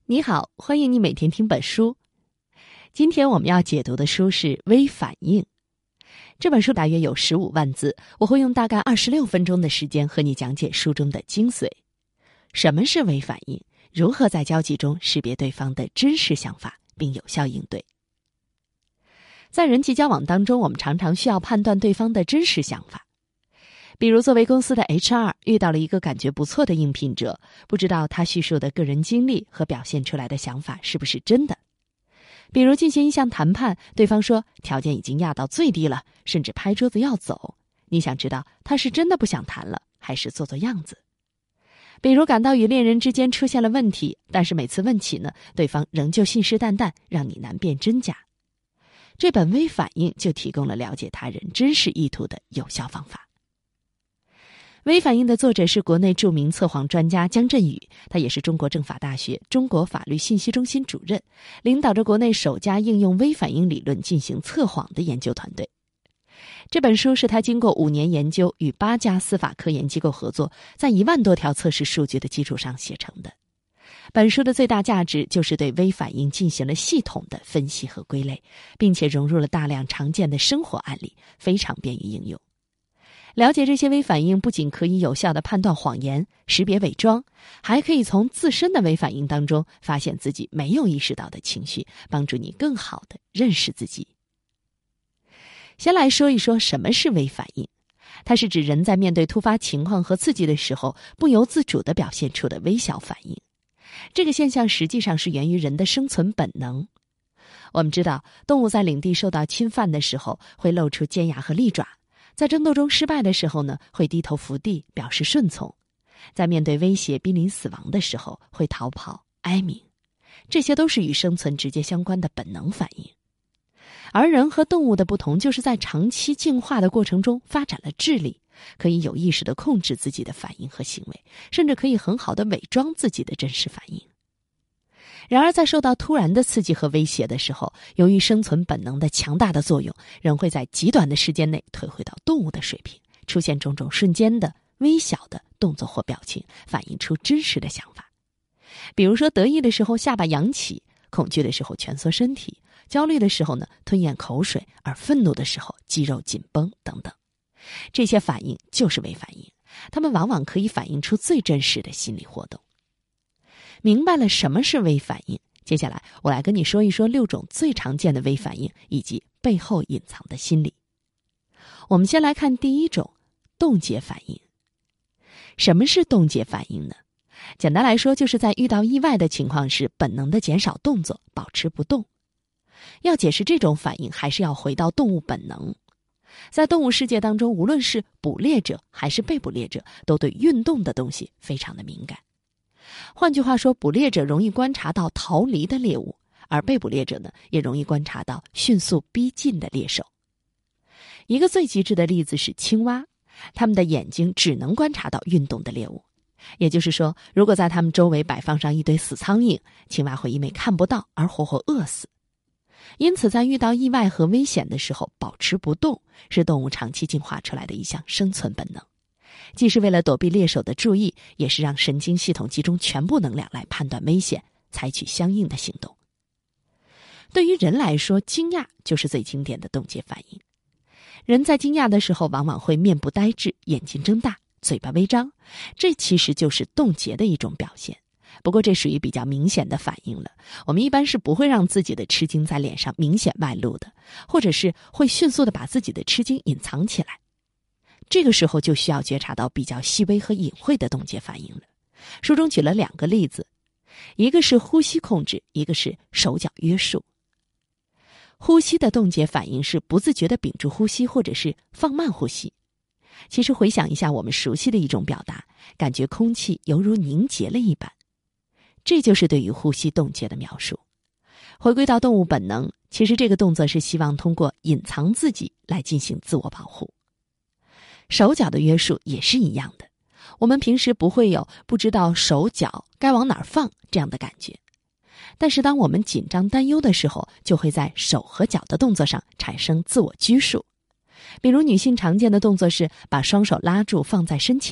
你好，欢迎你每天听本书。今天我们要解读的书是《微反应》。这本书大约有15万字，我会用大概26分钟的时间和你讲解书中的精髓。什么是微反应？如何在交际中识别对方的真实想法，并有效应对？在人际交往当中，我们常常需要判断对方的真实想法。比如作为公司的 HR 遇到了一个感觉不错的应聘者，不知道他叙述的个人经历和表现出来的想法是不是真的。比如进行一项谈判，对方说条件已经压到最低了，甚至拍桌子要走，你想知道他是真的不想谈了，还是做做样子。比如感到与恋人之间出现了问题，但是每次问起呢，对方仍旧信誓旦旦，让你难辨真假。这本微反应就提供了了解他人真实意图的有效方法。微反应的作者是国内著名测谎专家姜振宇，他也是中国政法大学中国法律信息中心主任，领导着国内首家应用微反应理论进行测谎的研究团队。这本书是他经过5年研究，与8家司法科研机构合作，在1万多条测试数据的基础上写成的。本书的最大价值就是对微反应进行了系统的分析和归类，并且融入了大量常见的生活案例，非常便于应用。了解这些微反应不仅可以有效地判断谎言、识别伪装，还可以从自身的微反应当中发现自己没有意识到的情绪，帮助你更好地认识自己。先来说一说什么是微反应。它是指人在面对突发情况和刺激的时候，不由自主地表现出的微小反应。这个现象实际上是源于人的生存本能。我们知道，动物在领地受到侵犯的时候，会露出尖牙和利爪。在争斗中失败的时候呢，会低头伏地表示顺从；在面对威胁濒临死亡的时候，会逃跑哀鸣。这些都是与生存直接相关的本能反应。而人和动物的不同，就是在长期进化的过程中发展了智力，可以有意识地控制自己的反应和行为，甚至可以很好地伪装自己的真实反应。然而在受到突然的刺激和威胁的时候，由于生存本能的强大的作用，人会在极短的时间内退回到动物的水平，出现种种瞬间的微小的动作或表情，反映出真实的想法。比如说得意的时候下巴扬起，恐惧的时候蜷缩身体，焦虑的时候呢吞咽口水，而愤怒的时候肌肉紧绷等等。这些反应就是微反应，它们往往可以反映出最真实的心理活动。明白了什么是微反应，接下来我来跟你说一说6种最常见的微反应以及背后隐藏的心理。我们先来看第一种，冻结反应。什么是冻结反应呢？简单来说，就是在遇到意外的情况时，本能的减少动作，保持不动。要解释这种反应，还是要回到动物本能。在动物世界当中，无论是捕猎者还是被捕猎者，都对运动的东西非常的敏感。换句话说，捕猎者容易观察到逃离的猎物，而被捕猎者呢，也容易观察到迅速逼近的猎手。一个最极致的例子是青蛙，它们的眼睛只能观察到运动的猎物。也就是说，如果在它们周围摆放上一堆死苍蝇，青蛙会因为看不到而活活饿死。因此在遇到意外和危险的时候，保持不动是动物长期进化出来的一项生存本能，既是为了躲避猎手的注意，也是让神经系统集中全部能量来判断危险，采取相应的行动。对于人来说，惊讶就是最经典的冻结反应。人在惊讶的时候，往往会面部呆滞，眼睛睁大，嘴巴微张，这其实就是冻结的一种表现。不过这属于比较明显的反应了，我们一般是不会让自己的吃惊在脸上明显外露的，或者是会迅速地把自己的吃惊隐藏起来。这个时候就需要觉察到比较细微和隐晦的冻结反应了。书中举了2个例子，一个是呼吸控制，一个是手脚约束。呼吸的冻结反应是不自觉地屏住呼吸，或者是放慢呼吸。其实回想一下我们熟悉的一种表达，感觉空气犹如凝结了一般。这就是对于呼吸冻结的描述。回归到动物本能，其实这个动作是希望通过隐藏自己来进行自我保护。手脚的约束也是一样的，我们平时不会有不知道手脚该往哪儿放这样的感觉，但是当我们紧张担忧的时候，就会在手和脚的动作上产生自我拘束。比如女性常见的动作是把双手拉住放在身前，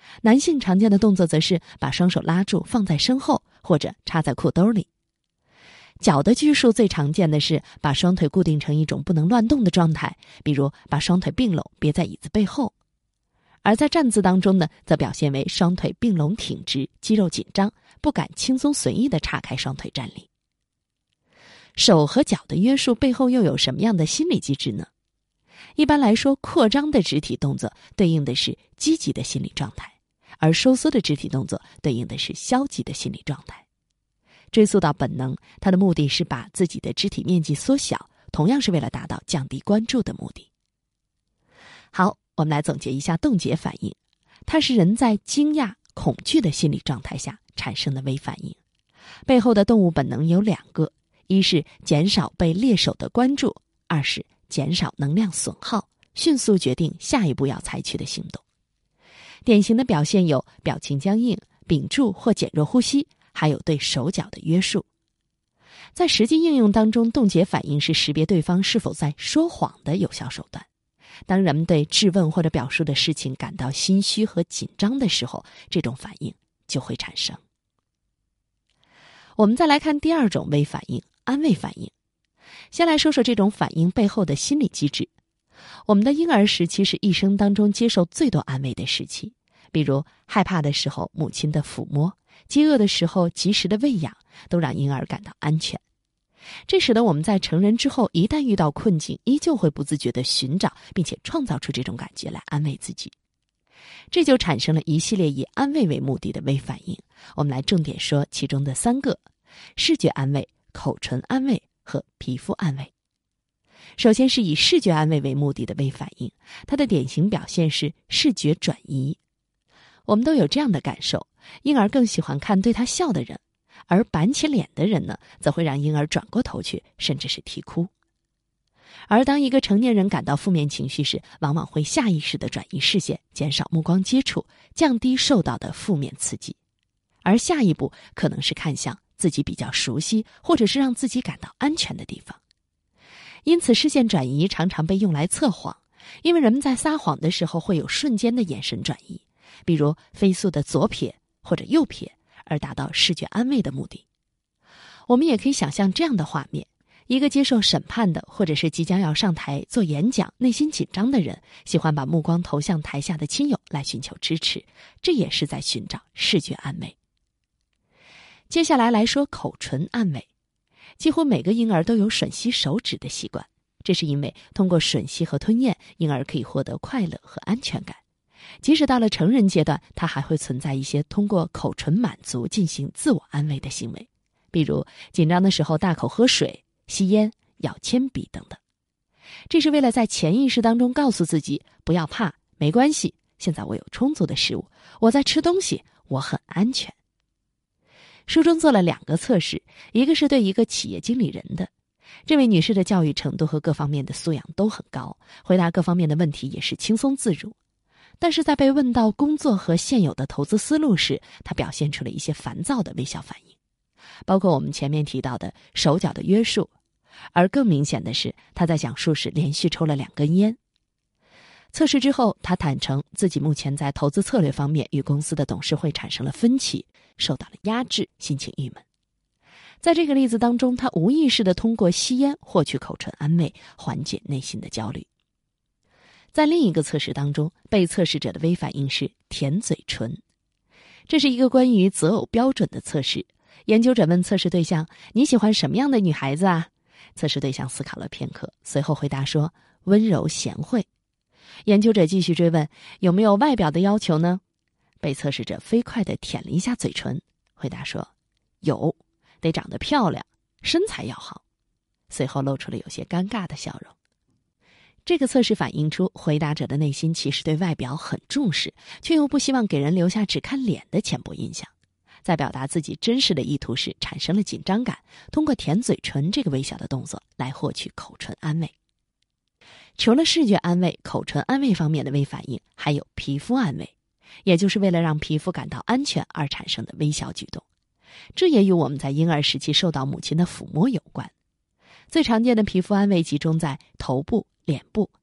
男性常见的动作则是把双手拉住放在身后，或者插在裤兜里。脚的拘束最常见的是把双腿固定成一种不能乱动的状态，比如把双腿并拢别在椅子背后。而在站姿当中呢，则表现为双腿并拢挺直，肌肉紧张，不敢轻松随意地岔开双腿站立。手和脚的约束背后又有什么样的心理机制呢？一般来说，扩张的肢体动作对应的是积极的心理状态，而收缩的肢体动作对应的是消极的心理状态。追溯到本能，它的目的是把自己的肢体面积缩小，同样是为了达到降低关注的目的。好，我们来总结一下冻结反应，它是人在惊讶、恐惧的心理状态下产生的微反应。背后的动物本能有2个，一是减少被猎手的关注，二是减少能量损耗，迅速决定下一步要采取的行动。典型的表现有表情僵硬、屏住或减弱呼吸，还有对手脚的约束。在实际应用当中，冻结反应是识别对方是否在说谎的有效手段。当人们对质问或者表述的事情感到心虚和紧张的时候，这种反应就会产生。我们再来看第2种微反应，安慰反应。先来说说这种反应背后的心理机制。我们的婴儿时期是一生当中接受最多安慰的时期，比如害怕的时候母亲的抚摸，饥饿的时候及时的喂养，都让婴儿感到安全。这使得我们在成人之后，一旦遇到困境，依旧会不自觉地寻找并且创造出这种感觉来安慰自己。这就产生了一系列以安慰为目的的微反应。我们来重点说其中的3个：视觉安慰、口唇安慰和皮肤安慰。首先是以视觉安慰为目的的微反应，它的典型表现是视觉转移。我们都有这样的感受，婴儿更喜欢看对他笑的人，而板起脸的人呢，则会让婴儿转过头去，甚至是啼哭。而当一个成年人感到负面情绪时，往往会下意识地转移视线，减少目光接触，降低受到的负面刺激。而下一步可能是看向自己比较熟悉，或者是让自己感到安全的地方。因此，视线转移常常被用来测谎，因为人们在撒谎的时候会有瞬间的眼神转移，比如飞速的左瞥或者右瞥，而达到视觉安慰的目的。我们也可以想象这样的画面：一个接受审判的，或者是即将要上台做演讲、内心紧张的人，喜欢把目光投向台下的亲友来寻求支持，这也是在寻找视觉安慰。接下来说口唇安慰。几乎每个婴儿都有吮吸手指的习惯，这是因为通过吮吸和吞咽，婴儿可以获得快乐和安全感。即使到了成人阶段，它还会存在一些通过口唇满足进行自我安慰的行为，比如紧张的时候大口喝水、吸烟、咬铅笔等等。这是为了在潜意识当中告诉自己，不要怕，没关系，现在我有充足的食物，我在吃东西，我很安全。书中做了2个测试，一个是对一个企业经理人的。这位女士的教育程度和各方面的素养都很高，回答各方面的问题也是轻松自如。但是在被问到工作和现有的投资思路时，她表现出了一些烦躁的微小反应，包括我们前面提到的手脚的约束。而更明显的是，她在讲述时连续抽了2根烟。测试之后，他坦诚自己目前在投资策略方面与公司的董事会产生了分歧，受到了压制，心情郁闷。在这个例子当中，他无意识地通过吸烟获取口唇安慰，缓解内心的焦虑。在另一个测试当中，被测试者的微反应是舔嘴唇。这是一个关于择偶标准的测试。研究者问测试对象：“你喜欢什么样的女孩子啊？”测试对象思考了片刻，随后回答说：“温柔贤惠。”研究者继续追问：“有没有外表的要求呢？”被测试者飞快地舔了一下嘴唇，回答说：“有，得长得漂亮，身材要好。”随后露出了有些尴尬的笑容。这个测试反映出回答者的内心其实对外表很重视，却又不希望给人留下只看脸的浅薄印象。在表达自己真实的意图时产生了紧张感，通过舔嘴唇这个微小的动作来获取口唇安慰。除了视觉安慰、口唇安慰方面的微反应，还有皮肤安慰，也就是为了让皮肤感到安全而产生的微小举动。这也与我们在婴儿时期受到母亲的抚摸有关。最常见的皮肤安慰集中在头部、脸部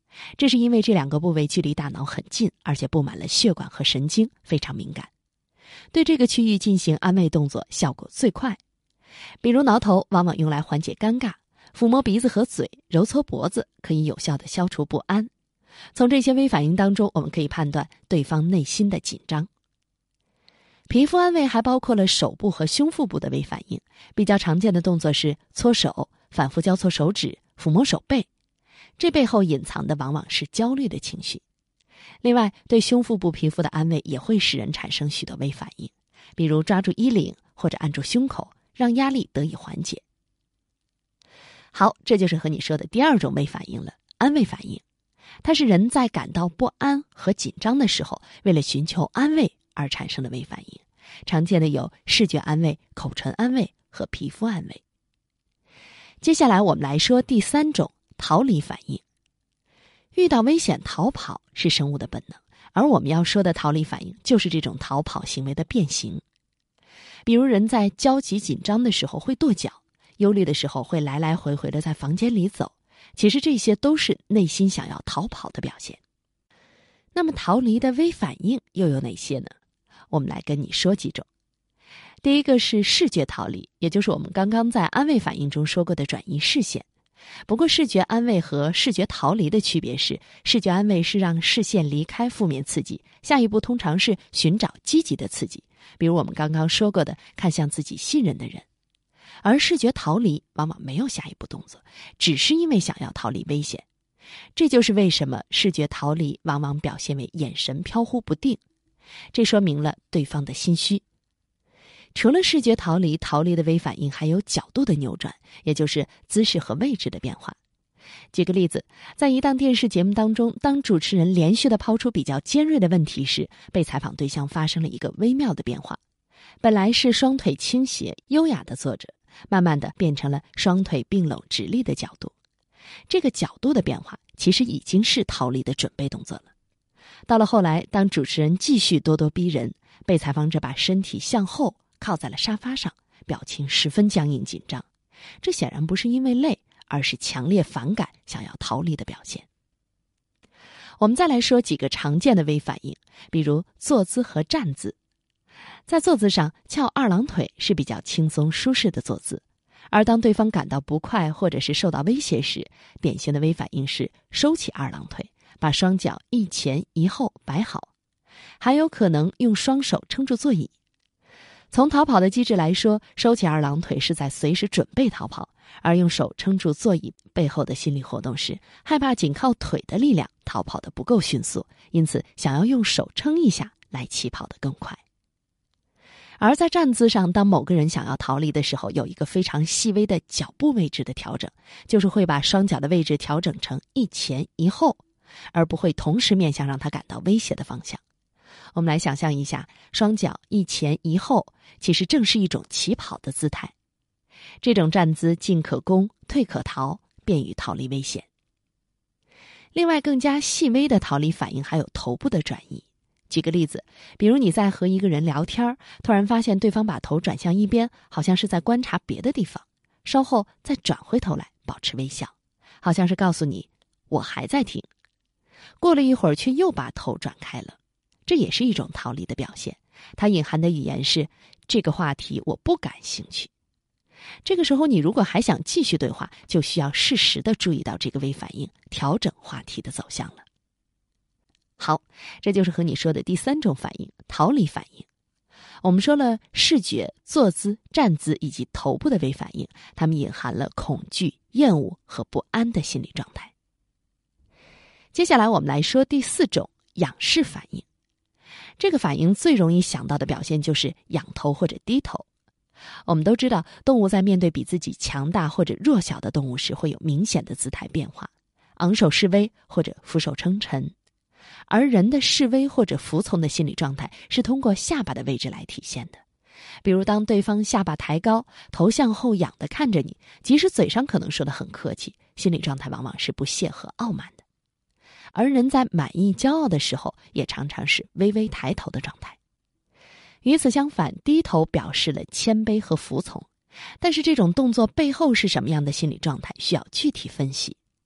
这是因为这两个部位距离大脑很近，而且布满了血管和神经，非常敏感。对这个区域进行安慰动作效果最快。比如挠头往往用来缓解尴尬，抚摸鼻子和嘴，揉搓脖子可以有效地消除不安。从这些微反应当中，我们可以判断对方内心的紧张。皮肤安慰还包括了手部和胸腹部的微反应，比较常见的动作是搓手、反复交错手指、抚摸手背，这背后隐藏的往往是焦虑的情绪。另外，对胸腹部皮肤的安慰也会使人产生许多微反应，比如抓住衣领或者按住胸口，让压力得以缓解。好，这就是和你说的第二种微反应了，安慰反应。它是人在感到不安和紧张的时候，为了寻求安慰而产生的微反应。常见的有视觉安慰、口唇安慰和皮肤安慰。接下来我们来说第三种，逃离反应。遇到危险逃跑是生物的本能，而我们要说的逃离反应就是这种逃跑行为的变形。比如人在焦急紧张的时候会跺脚，忧虑的时候会来来回回的在房间里走，其实这些都是内心想要逃跑的表现。那么逃离的微反应又有哪些呢？我们来跟你说几种。第一个是视觉逃离，也就是我们刚刚在安慰反应中说过的转移视线。不过视觉安慰和视觉逃离的区别是，视觉安慰是让视线离开负面刺激，下一步通常是寻找积极的刺激，比如我们刚刚说过的看向自己信任的人。而视觉逃离往往没有下一步动作，只是因为想要逃离危险。这就是为什么视觉逃离往往表现为眼神飘忽不定，这说明了对方的心虚。除了视觉逃离，逃离的微反应还有角度的扭转，也就是姿势和位置的变化。举个例子，在一档电视节目当中，当主持人连续地抛出比较尖锐的问题时，被采访对象发生了一个微妙的变化。本来是双腿倾斜优雅地坐着，慢慢地变成了双腿并拢直立的角度。这个角度的变化其实已经是逃离的准备动作了。到了后来，当主持人继续咄咄逼人，被采访者把身体向后靠在了沙发上，表情十分僵硬紧张。这显然不是因为累，而是强烈反感想要逃离的表现。我们再来说几个常见的微反应，比如坐姿和站姿。在坐姿上，翘二郎腿是比较轻松舒适的坐姿，而当对方感到不快或者是受到威胁时，典型的微反应是收起二郎腿，把双脚一前一后摆好，还有可能用双手撑住座椅。从逃跑的机制来说，收起二郎腿是在随时准备逃跑，而用手撑住座椅背后的心理活动是害怕仅靠腿的力量逃跑得不够迅速，因此想要用手撑一下来起跑得更快。而在站姿上，当某个人想要逃离的时候，有一个非常细微的脚部位置的调整，就是会把双脚的位置调整成一前一后，而不会同时面向让他感到威胁的方向。我们来想象一下，双脚一前一后，其实正是一种起跑的姿态。这种站姿进可攻，退可逃，便于逃离危险。另外，更加细微的逃离反应还有头部的转移。举个例子，比如你在和一个人聊天，突然发现对方把头转向一边，好像是在观察别的地方，稍后再转回头来，保持微笑，好像是告诉你我还在听。过了一会儿却又把头转开了，这也是一种逃离的表现，它隐含的语言是这个话题我不感兴趣。这个时候你如果还想继续对话，就需要适时地注意到这个微反应，调整话题的走向了。好，这就是和你说的第三种反应，逃离反应。我们说了视觉、坐姿、站姿以及头部的微反应，它们隐含了恐惧、厌恶和不安的心理状态。接下来我们来说第四种，仰视反应。这个反应最容易想到的表现就是仰头或者低头。我们都知道，动物在面对比自己强大或者弱小的动物时，会有明显的姿态变化，昂首示威或者俯首称臣。而人的示威或者服从的心理状态是通过下巴的位置来体现的。比如当对方下巴抬高，头向后仰地看着你，即使嘴上可能说得很客气，心理状态往往是不屑和傲慢的。而人在满意骄傲的时候，也常常是微微抬头的状态。与此相反，低头表示了谦卑和服从，但是这种动作背后是什么样的心理状态，需要具体分析。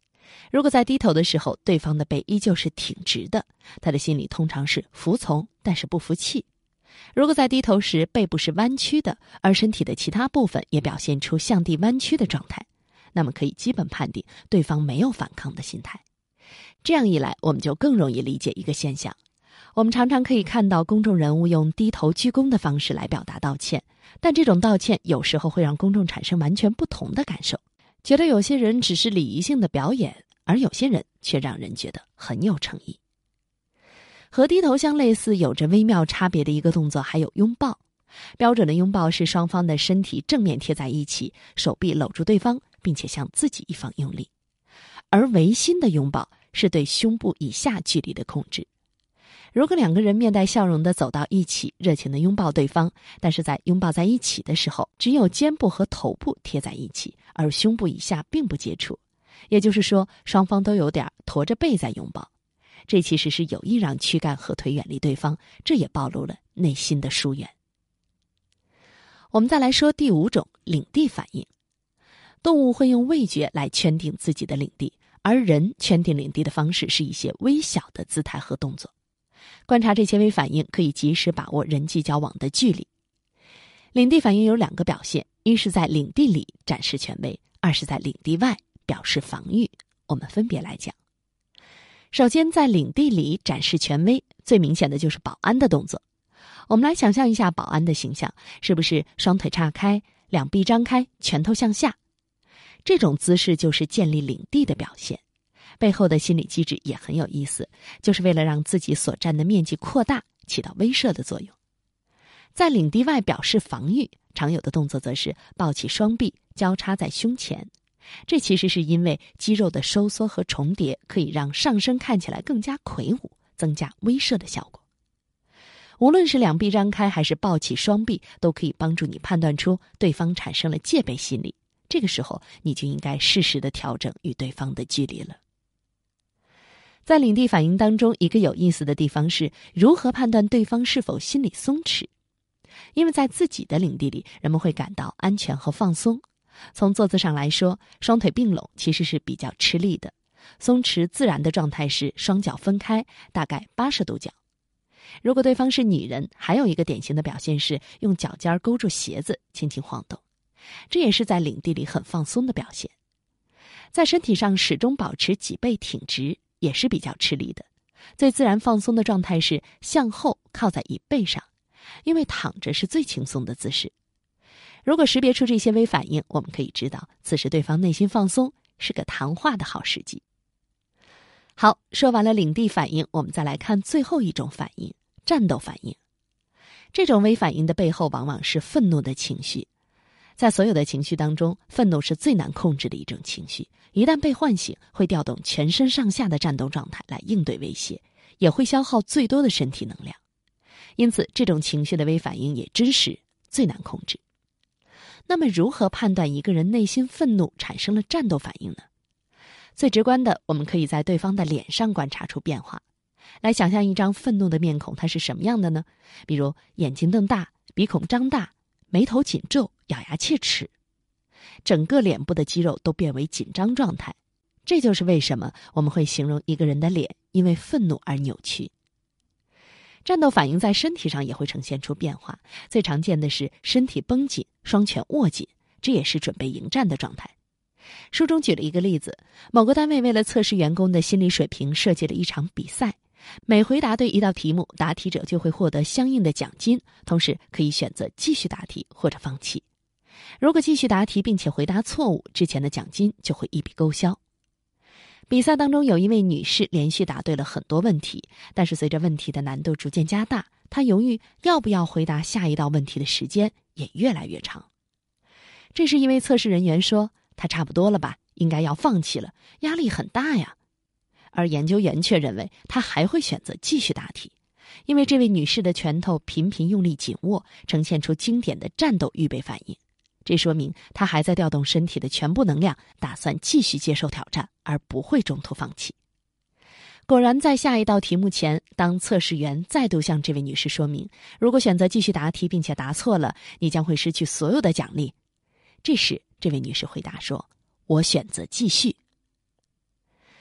如果在低头的时候，对方的背依旧是挺直的，他的心里通常是服从，但是不服气。如果在低头时背部是弯曲的，而身体的其他部分也表现出向地弯曲的状态，那么可以基本判定对方没有反抗的心态。这样一来，我们就更容易理解一个现象。我们常常可以看到公众人物用低头鞠躬的方式来表达道歉，但这种道歉有时候会让公众产生完全不同的感受，觉得有些人只是礼仪性的表演，而有些人却让人觉得很有诚意。和低头相类似，有着微妙差别的一个动作还有拥抱。标准的拥抱是双方的身体正面贴在一起，手臂搂住对方，并且向自己一方用力。而违心的拥抱是对胸部以下距离的控制。如果两个人面带笑容地走到一起，热情地拥抱对方，但是在拥抱在一起的时候，只有肩部和头部贴在一起，而胸部以下并不接触，也就是说，双方都有点驼着背在拥抱。这其实是有意让躯干和腿远离对方，这也暴露了内心的疏远。我们再来说第5种，领地反应。动物会用味觉来圈定自己的领地，而人圈定领地的方式是一些微小的姿态和动作。观察这些微反应，可以及时把握人际交往的距离。领地反应有2个表现，一是在领地里展示权威，二是在领地外表示防御。我们分别来讲。首先，在领地里展示权威，最明显的就是保安的动作。我们来想象一下保安的形象，是不是双腿岔开，两臂张开，拳头向下？这种姿势就是建立领地的表现。背后的心理机制也很有意思，就是为了让自己所占的面积扩大，起到威慑的作用。在领地外表示防御，常有的动作则是抱起双臂交叉在胸前，这其实是因为肌肉的收缩和重叠可以让上身看起来更加魁梧，增加威慑的效果。无论是两臂张开还是抱起双臂，都可以帮助你判断出对方产生了戒备心理，这个时候你就应该适时的调整与对方的距离了。在领地反应当中，一个有意思的地方是如何判断对方是否心理松弛。因为在自己的领地里，人们会感到安全和放松。从坐姿上来说，双腿并拢其实是比较吃力的，松弛自然的状态是双脚分开，大概80度角。如果对方是女人，还有一个典型的表现是用脚尖勾住鞋子轻轻晃动，这也是在领地里很放松的表现。在身体上始终保持脊背挺直也是比较吃力的，最自然放松的状态是向后靠在椅背上，因为躺着是最轻松的姿势。如果识别出这些微反应，我们可以知道此时对方内心放松，是个谈话的好时机。好，说完了领地反应，我们再来看最后一种反应，战斗反应。这种微反应的背后往往是愤怒的情绪。在所有的情绪当中，愤怒是最难控制的一种情绪，一旦被唤醒，会调动全身上下的战斗状态来应对威胁，也会消耗最多的身体能量。因此，这种情绪的微反应也真是最难控制。那么如何判断一个人内心愤怒产生了战斗反应呢？最直观的，我们可以在对方的脸上观察出变化。来想象一张愤怒的面孔，它是什么样的呢？比如眼睛瞪大，鼻孔张大，眉头紧皱，咬牙切齿，整个脸部的肌肉都变为紧张状态。这就是为什么我们会形容一个人的脸因为愤怒而扭曲。战斗反应在身体上也会呈现出变化，最常见的是身体绷紧，双拳握紧，这也是准备迎战的状态。书中举了一个例子，某个单位为了测试员工的心理水平，设计了一场比赛，每回答对一道题目，答题者就会获得相应的奖金，同时可以选择继续答题或者放弃。如果继续答题并且回答错误，之前的奖金就会一笔勾销。比赛当中有一位女士连续答对了很多问题，但是随着问题的难度逐渐加大，她犹豫要不要回答下一道问题的时间也越来越长。这是因为测试人员说她差不多了吧，应该要放弃了，压力很大呀。而研究员却认为她还会选择继续答题，因为这位女士的拳头频频用力紧握，呈现出经典的战斗预备反应。这说明他还在调动身体的全部能量，打算继续接受挑战，而不会中途放弃。果然，在下一道题目前，当测试员再度向这位女士说明，如果选择继续答题并且答错了，你将会失去所有的奖励。这时，这位女士回答说：“我选择继续。”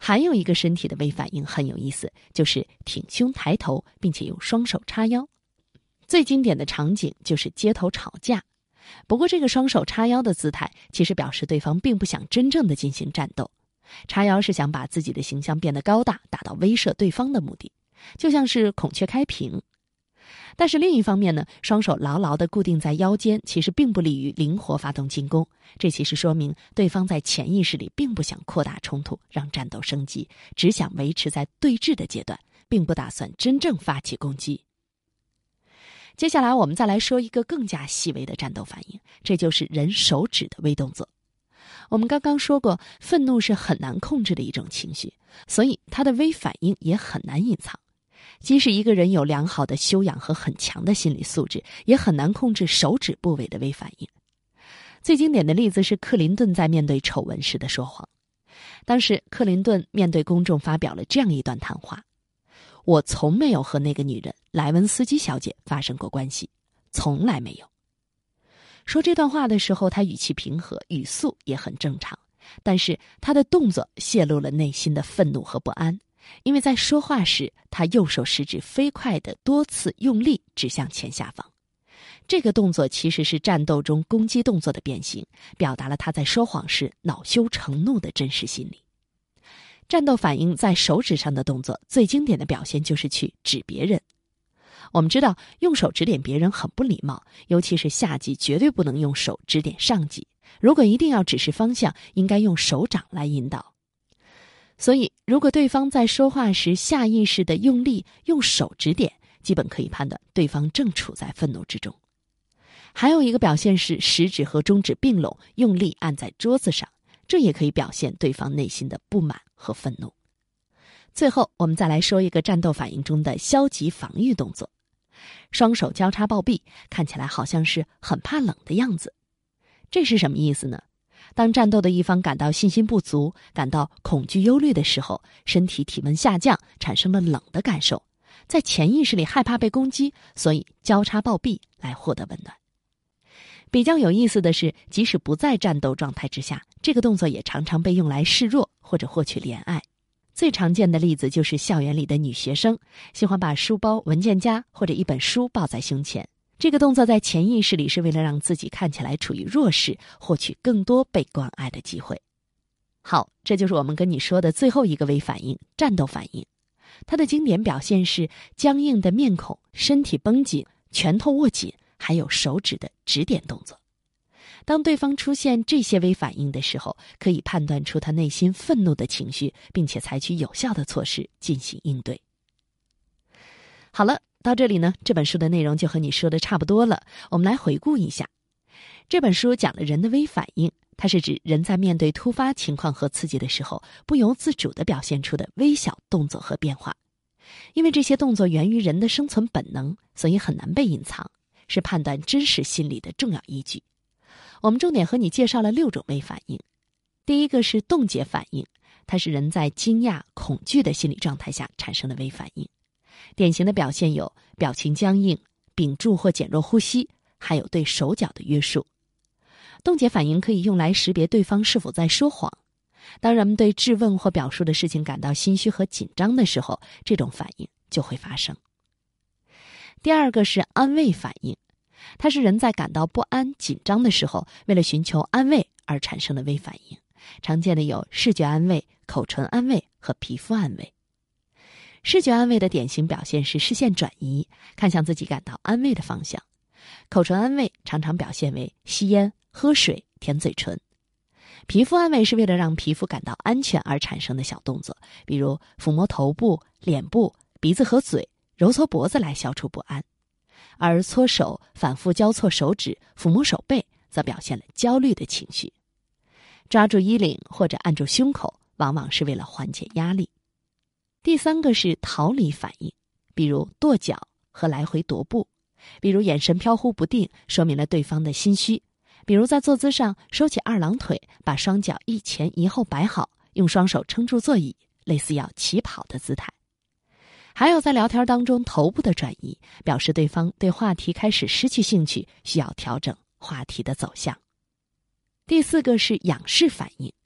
还有一个身体的微反应很有意思，就是挺胸抬头，并且用双手叉腰。最经典的场景就是街头吵架，不过这个双手叉腰的姿态其实表示对方并不想真正的进行战斗，叉腰是想把自己的形象变得高大，达到威慑对方的目的，就像是孔雀开屏。但是另一方面呢，双手牢牢地固定在腰间，其实并不利于灵活发动进攻。这其实说明对方在潜意识里并不想扩大冲突，让战斗升级，只想维持在对峙的阶段，并不打算真正发起攻击。接下来我们再来说一个更加细微的战斗反应，这就是人手指的微动作。我们刚刚说过，愤怒是很难控制的一种情绪，所以它的微反应也很难隐藏。即使一个人有良好的修养和很强的心理素质，也很难控制手指部位的微反应。最经典的例子是克林顿在面对丑闻时的说谎。当时克林顿面对公众发表了这样一段谈话：我从没有和那个女人莱文斯基小姐发生过关系，从来没有。说这段话的时候，他语气平和，语速也很正常，但是他的动作泄露了内心的愤怒和不安。因为在说话时，他右手食指飞快地多次用力指向前下方，这个动作其实是战斗中攻击动作的变形，表达了他在说谎时恼羞成怒的真实心理。战斗反应在手指上的动作，最经典的表现就是去指别人。我们知道用手指点别人很不礼貌，尤其是下级绝对不能用手指点上级，如果一定要指示方向，应该用手掌来引导。所以如果对方在说话时下意识地用力用手指点，基本可以判断对方正处在愤怒之中。还有一个表现是食指和中指并拢，用力按在桌子上，这也可以表现对方内心的不满和愤怒。最后我们再来说一个战斗反应中的消极防御动作。双手交叉抱臂，看起来好像是很怕冷的样子。这是什么意思呢？当战斗的一方感到信心不足，感到恐惧忧虑的时候，身体体温下降，产生了冷的感受，在潜意识里害怕被攻击，所以交叉抱臂来获得温暖。比较有意思的是，即使不在战斗状态之下，这个动作也常常被用来示弱或者获取怜爱。最常见的例子就是校园里的女学生喜欢把书包、文件夹或者一本书抱在胸前，这个动作在潜意识里是为了让自己看起来处于弱势，获取更多被关爱的机会。好，这就是我们跟你说的最后一个微反应，战斗反应。它的经典表现是僵硬的面孔、身体绷紧、拳头握紧，还有手指的指点动作。当对方出现这些微反应的时候，可以判断出他内心愤怒的情绪，并且采取有效的措施进行应对。好了，到这里呢，这本书的内容就和你说的差不多了。我们来回顾一下，这本书讲了人的微反应，它是指人在面对突发情况和刺激的时候，不由自主地表现出的微小动作和变化。因为这些动作源于人的生存本能，所以很难被隐藏，是判断真实心理的重要依据。我们重点和你介绍了6种微反应。第一个是冻结反应，它是人在惊讶、恐惧的心理状态下产生的微反应。典型的表现有表情僵硬、屏住或减弱呼吸，还有对手脚的约束。冻结反应可以用来识别对方是否在说谎。当人们对质问或表述的事情感到心虚和紧张的时候，这种反应就会发生。第二个是安慰反应，它是人在感到不安、紧张的时候，为了寻求安慰而产生的微反应。常见的有视觉安慰、口唇安慰和皮肤安慰。视觉安慰的典型表现是视线转移，看向自己感到安慰的方向。口唇安慰常常表现为吸烟、喝水、舔嘴唇。皮肤安慰是为了让皮肤感到安全而产生的小动作，比如抚摸头部、脸部、鼻子和嘴，揉搓脖子来消除不安。而搓手、反复交错手指、抚摸手背则表现了焦虑的情绪。抓住衣领或者按住胸口，往往是为了缓解压力。第三个是逃离反应，比如跺脚和来回踱步，比如眼神飘忽不定，说明了对方的心虚，比如在坐姿上收起二郎腿，把双脚一前一后摆好，用双手撑住座椅，类似要起跑的姿态。还有在聊天当中头部的转移，表示对方对话题开始失去兴趣，需要调整话题的走向。第四个是仰视反应，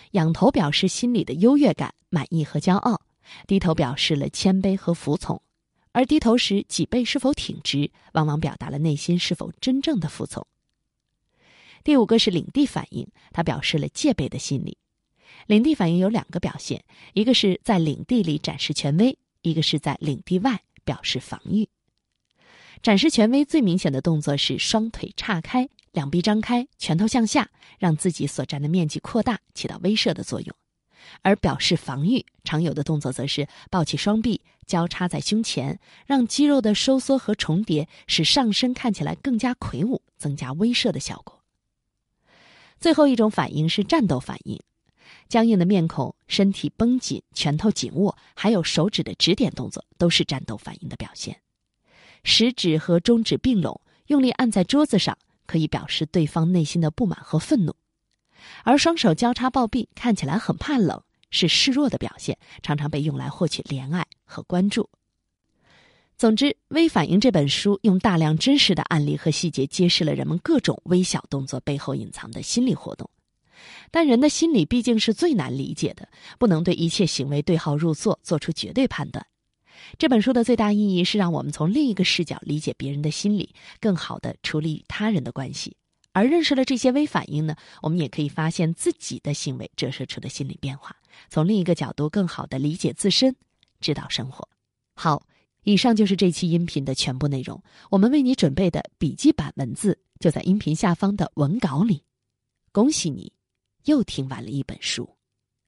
仰头表示心里的优越感、满意和骄傲，低头表示了谦卑和服从。而低头时脊背是否挺直，往往表达了内心是否真正的服从。第5个是领地反应，它表示了戒备的心理。领地反应有2个表现，一个是在领地里展示权威，一个是在领地外表示防御。展示权威最明显的动作是双腿岔开，两臂张开，拳头向下，让自己所占的面积扩大，起到威慑的作用。而表示防御常有的动作则是抱起双臂，交叉在胸前，让肌肉的收缩和重叠，使上身看起来更加魁梧，增加威慑的效果。最后一种反应是战斗反应，僵硬的面孔、身体绷紧、拳头紧握，还有手指的指点动作，都是战斗反应的表现。食指和中指并拢，用力按在桌子上，可以表示对方内心的不满和愤怒。而双手交叉抱臂，看起来很怕冷，是示弱的表现，常常被用来获取怜爱和关注。总之，《微反应》这本书用大量真实的案例和细节揭示了人们各种微小动作背后隐藏的心理活动。但人的心理毕竟是最难理解的，不能对一切行为对号入座，做出绝对判断。这本书的最大意义是让我们从另一个视角理解别人的心理，更好地处理与他人的关系。而认识了这些微反应呢，我们也可以发现自己的行为折射出的心理变化，从另一个角度更好地理解自身，指导生活。好，以上就是这期音频的全部内容。我们为你准备的笔记版文字就在音频下方的文稿里。恭喜你，又听完了一本书。